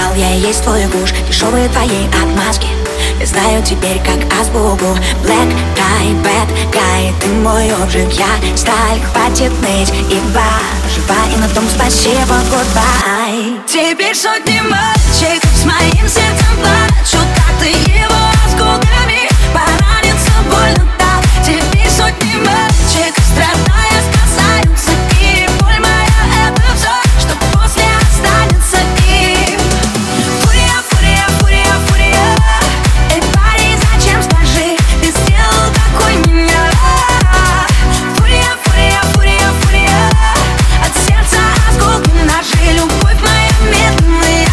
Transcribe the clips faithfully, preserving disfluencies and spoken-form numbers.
Стал я и есть твой гуш, дешевые твои отмазки. Я знаю теперь как азбуку. Black tie, bad guy, ты мой обжиг, я сталь. Хватит ныть, ибо жива, и на том спасибо, goodbye. Теперь сотни мальчиков с моим сердцем плачут, как ты его осколками пораниться больно дал. Теперь сотни мальчиков, страдая, спасаются, и боль моя — это все, что после останется им. Фурия, фурия, фурия, фурия. Эй, парень, зачем, скажи, ты сделал такой меня? Фурия, фурия, фурия, фурия. От сердца осколки ножи, любовь моя медленная.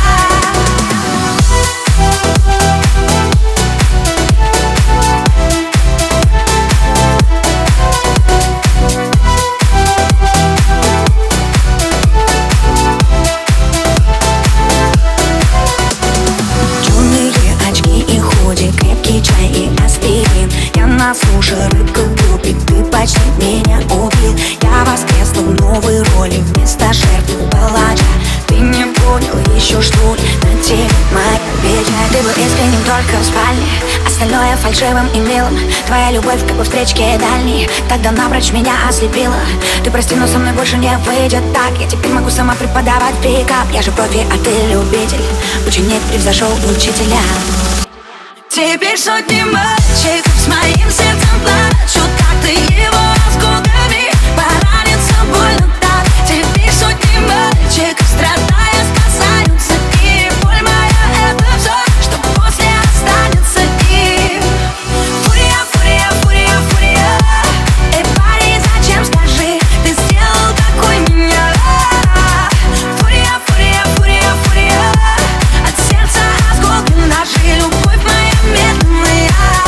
Крепкий чай и аспирин. Я на суше, рыбка тупик, ты почти меня убил. Я воскресла в новой роли вместо жертвы палача. Ты не понял еще, что ли, на тебе моя печаль. Ты был искренним только в спальне, остальное фальшивым и милым. Твоя любовь как бы встречки дальней, тогда напрочь меня ослепила. Ты прости, но со мной больше не выйдет так. Я теперь могу сама преподавать пикап. Я же профи, а ты любитель. Ученик превзошел учителя. Теперь сотни мальчиков с моим сердцем плачут, как ты его осколками пораниться больно так. Теперь сотни мальчиков, страдая, спасаются, и боль моя — это все, что после останется им. Фурия, фурия, фурия, фурия. Эй, парень, зачем, скажи, ты сделал такой меня? Фурия, фурия, фурия, фурия. От сердца осколки ножи, любовь моя медленная.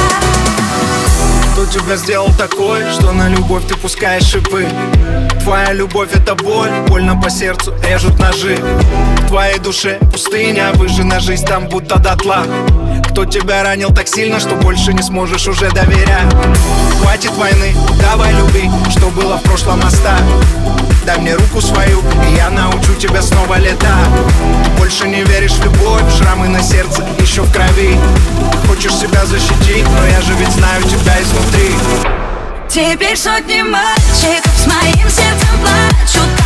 Кто тебя сделал такой, что на любовь ты пускаешь шипы? Твоя любовь — это боль, больно по сердцу режут ножи. В твоей душе пустыня, выжжена жизнь там будто дотла. Кто тебя ранил так сильно, что больше не сможешь уже доверять? Хватит войны, давай люби, что было в прошлом оставь. Дай мне руку свою, и я научу тебя снова летать. Больше не веришь в любовь, шрамы на сердце еще в крови. Хочешь себя защитить, но я же ведь знаю тебя изнутри. Теперь сотни мальчиков с моим сердцем плачут.